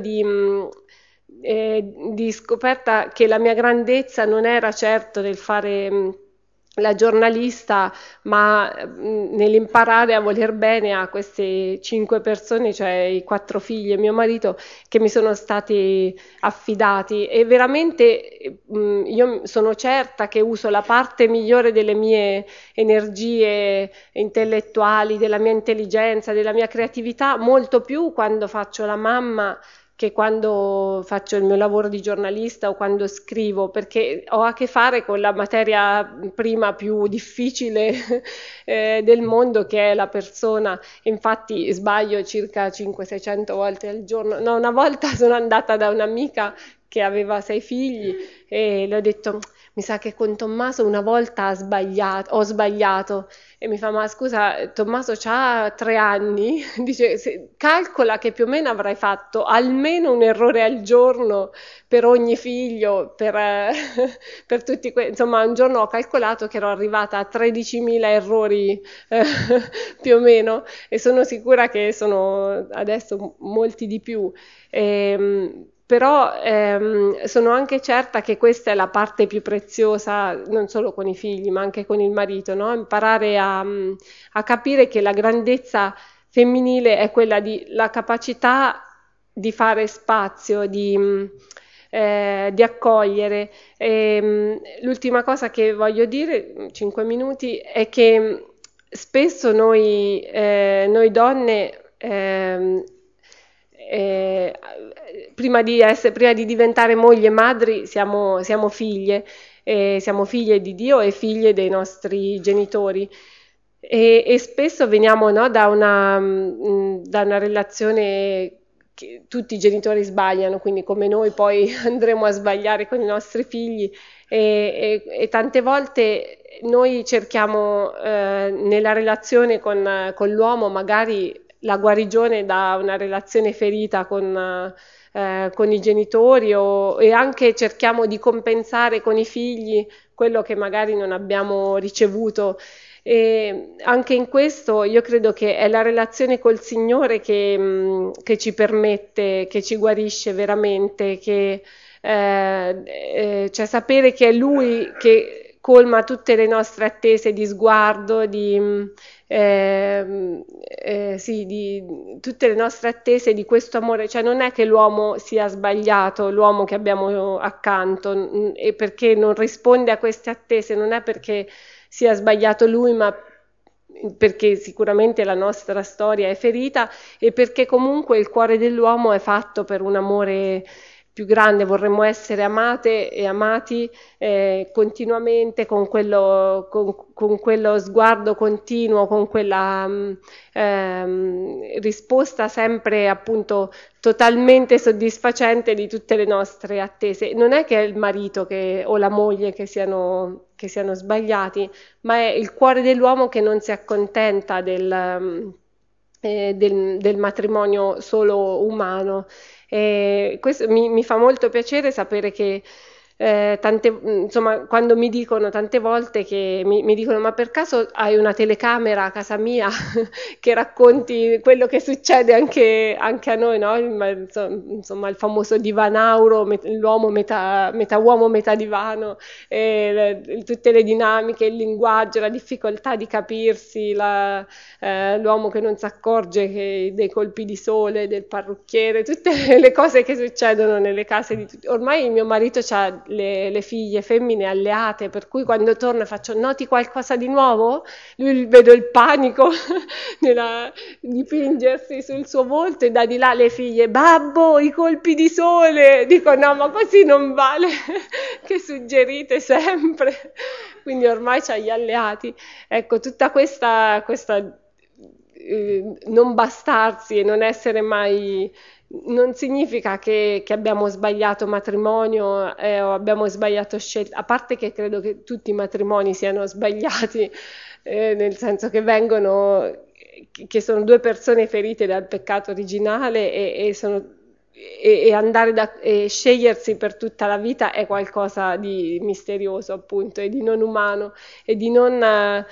di scoperta che la mia grandezza non era certo nel fare la giornalista, ma nell'imparare a voler bene a queste 5 persone, cioè i 4 figli e mio marito, che mi sono stati affidati. E veramente io sono certa che uso la parte migliore delle mie energie intellettuali, della mia intelligenza, della mia creatività, molto più quando faccio la mamma che quando faccio il mio lavoro di giornalista o quando scrivo, perché ho a che fare con la materia prima più difficile del mondo, che è la persona. Infatti sbaglio circa 500-600 volte al giorno. No, una volta sono andata da un'amica che aveva 6 figli e le ho detto: mi sa che con Tommaso una volta ho sbagliato. E mi fa: ma scusa, Tommaso c'ha 3 anni? Dice: calcola che più o meno avrai fatto almeno un errore al giorno per ogni figlio, per tutti insomma, un giorno ho calcolato che ero arrivata a 13.000 errori più o meno, e sono sicura che sono adesso molti di più. Però sono anche certa che questa è la parte più preziosa, non solo con i figli, ma anche con il marito, no? Imparare a capire che la grandezza femminile è quella la capacità di fare spazio, di accogliere. L'ultima cosa che voglio dire, 5 minuti, è che spesso noi donne prima di diventare mogli e madri siamo figlie di Dio e figlie dei nostri genitori e spesso veniamo, no, da una relazione che tutti i genitori sbagliano, quindi come noi poi andremo a sbagliare con i nostri figli e tante volte noi cerchiamo nella relazione con l'uomo magari la guarigione da una relazione ferita con i genitori e anche cerchiamo di compensare con i figli quello che magari non abbiamo ricevuto. E anche in questo io credo che è la relazione col Signore che ci permette, che ci guarisce veramente, cioè sapere che è Lui che colma tutte le nostre attese di sguardo, sì, di tutte le nostre attese di questo amore, cioè non è che l'uomo sia sbagliato, l'uomo che abbiamo accanto, e perché non risponde a queste attese, non è perché sia sbagliato lui, ma perché sicuramente la nostra storia è ferita e perché comunque il cuore dell'uomo è fatto per un amore più grande, vorremmo essere amate e amati continuamente con quello sguardo continuo, con quella risposta sempre appunto totalmente soddisfacente di tutte le nostre attese. Non è che è il marito o la moglie che siano sbagliati, ma è il cuore dell'uomo che non si accontenta del matrimonio solo umano. Questo mi fa molto piacere sapere che insomma, quando mi dicono tante volte che mi dicono: ma per caso hai una telecamera a casa mia che racconti quello che succede anche a noi, no? Insomma, il famoso divanauro, l'uomo metà uomo, metà divano, tutte le dinamiche, il linguaggio, la difficoltà di capirsi, l'uomo che non si accorge dei colpi di sole, del parrucchiere, tutte le cose che succedono nelle case di tutti. Ormai mio marito ha le figlie femmine alleate, per cui quando torna faccio: noti qualcosa di nuovo? Lui vedo il panico dipingersi sul suo volto e da di là le figlie: babbo, i colpi di sole. Dico: no, ma così non vale, che suggerite sempre. Quindi ormai c'ha gli alleati. Ecco, tutta questa non bastarsi e non essere mai... Non significa che abbiamo sbagliato matrimonio o abbiamo sbagliato scelta, a parte che credo che tutti i matrimoni siano sbagliati, nel senso che che sono due persone ferite dal peccato originale e andare e scegliersi per tutta la vita è qualcosa di misterioso, appunto, e di non umano e di non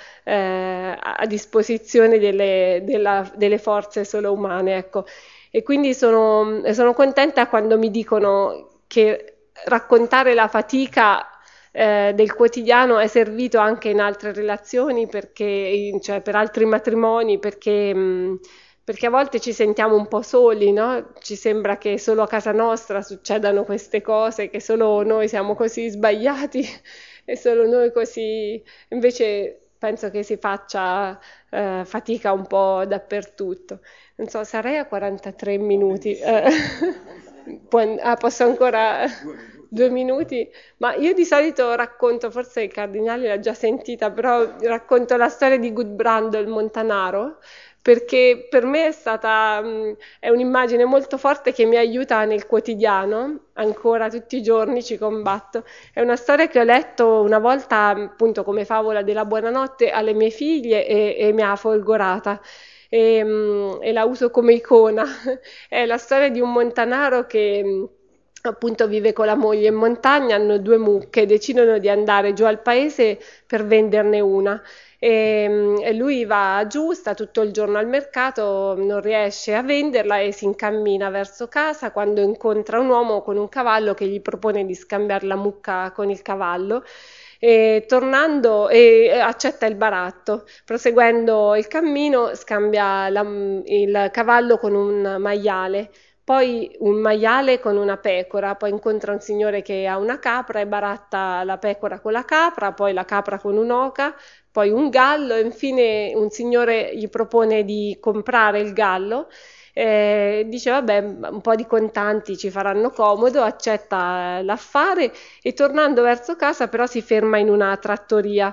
a disposizione delle forze solo umane, ecco. E quindi sono contenta quando mi dicono che raccontare la fatica del quotidiano è servito anche in altre relazioni, cioè per altri matrimoni, perché a volte ci sentiamo un po' soli, no? Ci sembra che solo a casa nostra succedano queste cose, che solo noi siamo così sbagliati e solo noi così... Invece penso che si faccia fatica un po' dappertutto. Non so, sarei a 43 minuti. Posso ancora 2 minuti? Ma io di solito racconto, forse il Cardinale l'ha già sentita, però racconto la storia di Gudbrando il Montanaro, perché per me è un'immagine molto forte che mi aiuta nel quotidiano, ancora tutti i giorni ci combatto. È una storia che ho letto una volta appunto come favola della buonanotte alle mie figlie e mi ha folgorata. E la uso come icona. È la storia di un montanaro che appunto vive con la moglie in montagna, hanno 2 mucche, decidono di andare giù al paese per venderne una. E lui va giù, sta tutto il giorno al mercato, non riesce a venderla e si incammina verso casa quando incontra un uomo con un cavallo che gli propone di scambiare la mucca con il cavallo. E tornando accetta il baratto, proseguendo il cammino scambia il cavallo con un maiale, poi un maiale con una pecora, poi incontra un signore che ha una capra e baratta la pecora con la capra, poi la capra con un'oca, poi un gallo e infine un signore gli propone di comprare il gallo. Dice vabbè, un po' di contanti ci faranno comodo, accetta l'affare e tornando verso casa però si ferma in una trattoria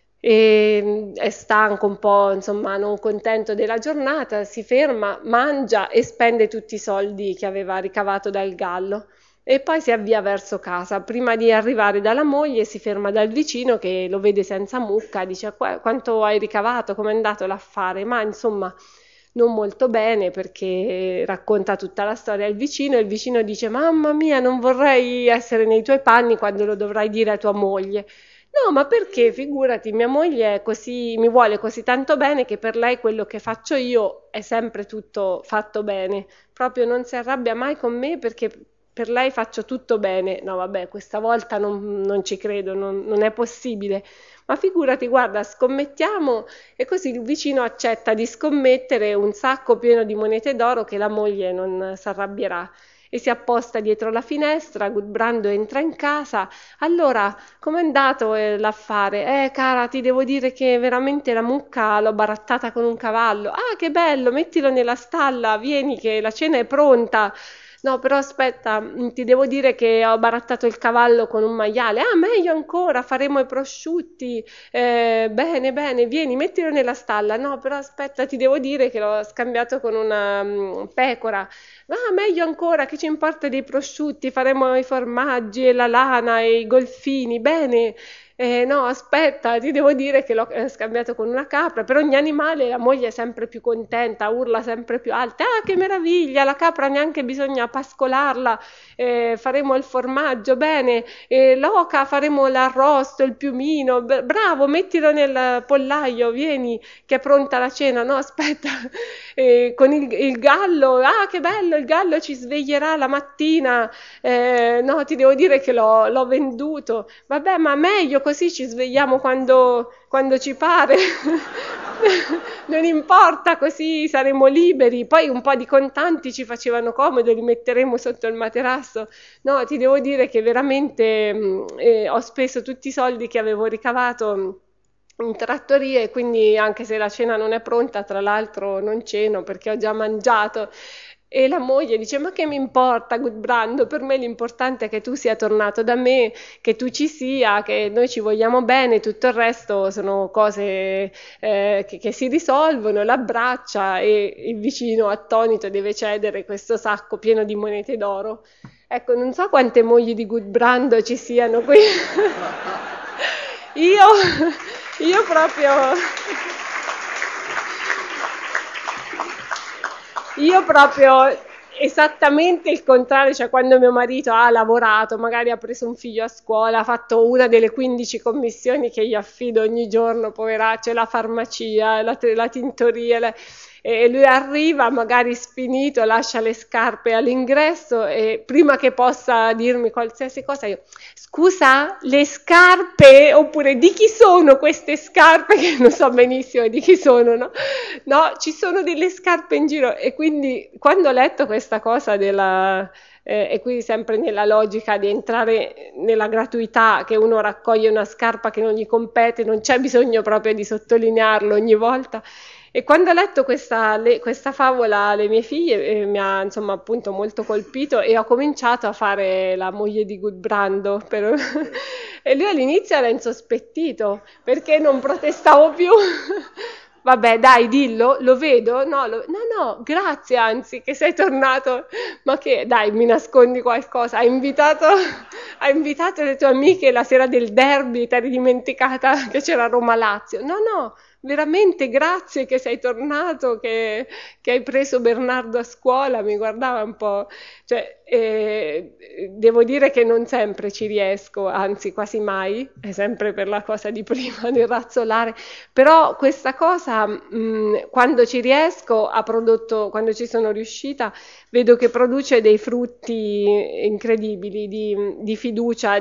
e è stanco un po', insomma, non contento della giornata, si ferma, mangia e spende tutti i soldi che aveva ricavato dal gallo. E poi si avvia verso casa. Prima di arrivare dalla moglie si ferma dal vicino che lo vede senza mucca, dice quanto hai ricavato, com'è andato l'affare? Ma insomma non molto bene perché racconta tutta la storia al vicino e il vicino dice mamma mia non vorrei essere nei tuoi panni quando lo dovrai dire a tua moglie. No, ma perché? Figurati, mia moglie è così, mi vuole così tanto bene che per lei quello che faccio io è sempre tutto fatto bene. Proprio non si arrabbia mai con me perché per lei faccio tutto bene. No, vabbè, questa volta non ci credo, non è possibile. Ma figurati, guarda, scommettiamo e così il vicino accetta di scommettere un sacco pieno di monete d'oro che la moglie non si arrabbierà. E si apposta dietro la finestra, Gudbrando entra in casa. Allora, com'è andato l'affare? Cara, ti devo dire che veramente la mucca l'ho barattata con un cavallo. Ah, che bello, mettilo nella stalla, vieni che la cena è pronta. No, però aspetta, ti devo dire che ho barattato il cavallo con un maiale. Ah, meglio ancora, faremo i prosciutti. Bene, bene, vieni, mettilo nella stalla. No, però aspetta, ti devo dire che l'ho scambiato con una pecora. Ah, meglio ancora, che ci importa dei prosciutti? Faremo i formaggi e la lana e i golfini. Bene. No, aspetta, ti devo dire che l'ho scambiato con una capra. Per ogni animale la moglie è sempre più contenta, urla sempre più alta. Ah, che meraviglia! La capra neanche bisogna pascolarla. Faremo il formaggio, bene. L'oca faremo l'arrosto, il piumino. Bravo, mettilo nel pollaio, vieni, che è pronta la cena. No, aspetta. Con il gallo, ah, che bello! Il gallo ci sveglierà la mattina. No, ti devo dire che l'ho venduto. Vabbè, ma meglio così ci svegliamo quando ci pare. Non importa, così saremo liberi. Poi un po' di contanti ci facevano comodo, li metteremo sotto il materasso. No, ti devo dire che veramente ho speso tutti i soldi che avevo ricavato in trattoria e quindi anche se la cena non è pronta, tra l'altro non ceno perché ho già mangiato. E la moglie dice: ma che mi importa, Gudbrando, per me l'importante è che tu sia tornato da me, che tu ci sia, che noi ci vogliamo bene, tutto il resto sono cose che si risolvono. L'abbraccia e il vicino attonito deve cedere questo sacco pieno di monete d'oro. Ecco, non so quante mogli di Gudbrando ci siano qui. Io proprio esattamente il contrario, cioè quando mio marito ha lavorato, magari ha preso un figlio a scuola, ha fatto una delle 15 commissioni che gli affido ogni giorno, poveraccio, la farmacia, la tintoria, e lui arriva magari sfinito, lascia le scarpe all'ingresso e prima che possa dirmi qualsiasi cosa io: scusa, le scarpe? Oppure di chi sono queste scarpe? Che non so benissimo di chi sono, no? No, ci sono delle scarpe in giro. E quindi quando ho letto questa cosa e quindi sempre nella logica di entrare nella gratuità, che uno raccoglie una scarpa che non gli compete, non c'è bisogno proprio di sottolinearlo ogni volta. E quando ho letto questa favola alle mie figlie mi ha insomma appunto molto colpito e ho cominciato a fare la moglie di Gudbrando e lui all'inizio era insospettito perché non protestavo più. Vabbè, dai, dillo, lo vedo? No, grazie, anzi, che sei tornato. Ma che, dai, mi nascondi qualcosa? Hai invitato le tue amiche la sera del derby, ti eri dimenticata che c'era Roma-Lazio? No, veramente grazie che sei tornato, che hai preso Bernardo a scuola, mi guardava un po'. Cioè, devo dire che non sempre ci riesco, anzi quasi mai, è sempre per la cosa di prima del razzolare, però questa cosa, quando ci riesco, quando ci sono riuscita, vedo che produce dei frutti incredibili di fiducia,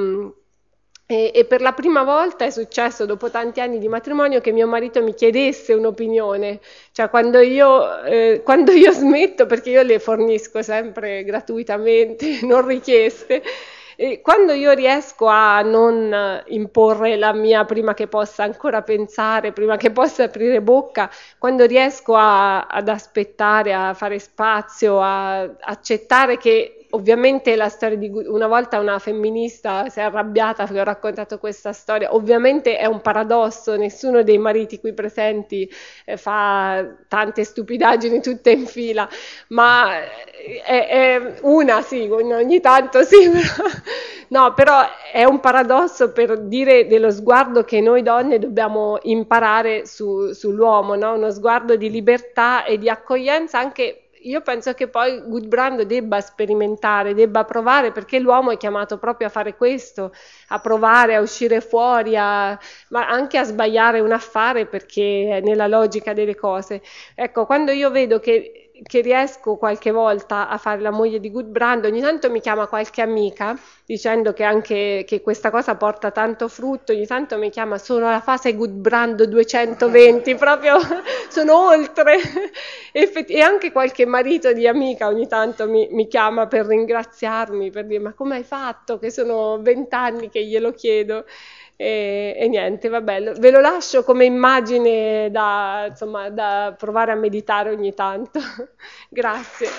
e per la prima volta è successo dopo tanti anni di matrimonio che mio marito mi chiedesse un'opinione, cioè quando io smetto, perché io le fornisco sempre gratuitamente, non richieste, e quando io riesco a non imporre la mia prima che possa ancora pensare, prima che possa aprire bocca, quando riesco ad aspettare, a fare spazio, a accettare che ovviamente la storia una volta una femminista si è arrabbiata perché ho raccontato questa storia, ovviamente è un paradosso, nessuno dei mariti qui presenti fa tante stupidaggini tutte in fila, ma è una sì, ogni tanto sì, no, però è un paradosso per dire dello sguardo che noi donne dobbiamo imparare sull'uomo, no? Uno sguardo di libertà e di accoglienza anche. Io penso che poi Gudbrando debba sperimentare, debba provare, perché l'uomo è chiamato proprio a fare questo, a provare, a uscire fuori, ma anche a sbagliare un affare, perché è nella logica delle cose. Ecco, quando io vedo che riesco qualche volta a fare la moglie di Gudbrando, ogni tanto mi chiama qualche amica dicendo che questa cosa porta tanto frutto, ogni tanto mi chiama: sono alla fase Gudbrando 220, proprio sono oltre. E anche qualche marito di amica ogni tanto mi chiama per ringraziarmi, per dire: ma come hai fatto? Che sono 20 anni che glielo chiedo. E niente, vabbè, ve lo lascio come immagine da provare a meditare ogni tanto. Grazie.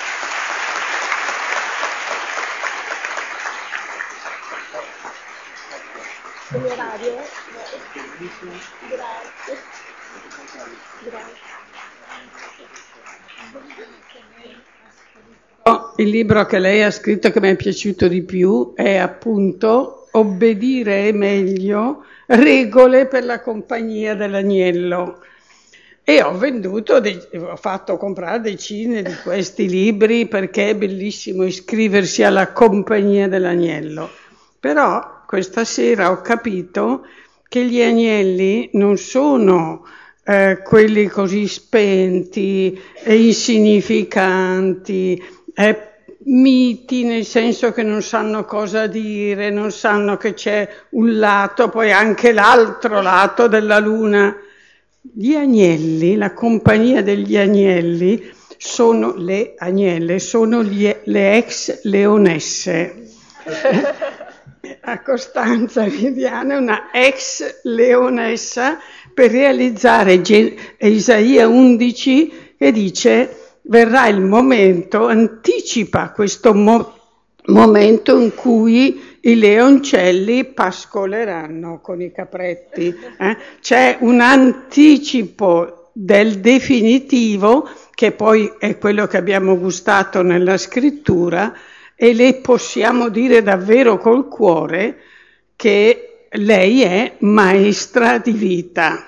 Come radio? Grazie. Il libro che lei ha scritto che mi è piaciuto di più è appunto Obbedire è meglio, regole per la compagnia dell'agnello. E ho fatto comprare decine di questi libri perché è bellissimo iscriversi alla compagnia dell'agnello. Però questa sera ho capito che gli agnelli non sono quelli così spenti e insignificanti, miti, nel senso che non sanno cosa dire, non sanno che c'è un lato, poi anche l'altro lato della luna. Gli agnelli, la compagnia degli agnelli, sono le agnelle, sono le ex leonesse. A Costanza Viviana, una ex leonessa, per realizzare Isaia 11, che dice: verrà il momento, anticipa questo momento in cui i leoncelli pascoleranno con i capretti. C'è un anticipo del definitivo, che poi è quello che abbiamo gustato nella scrittura, e le possiamo dire davvero col cuore che lei è maestra di vita.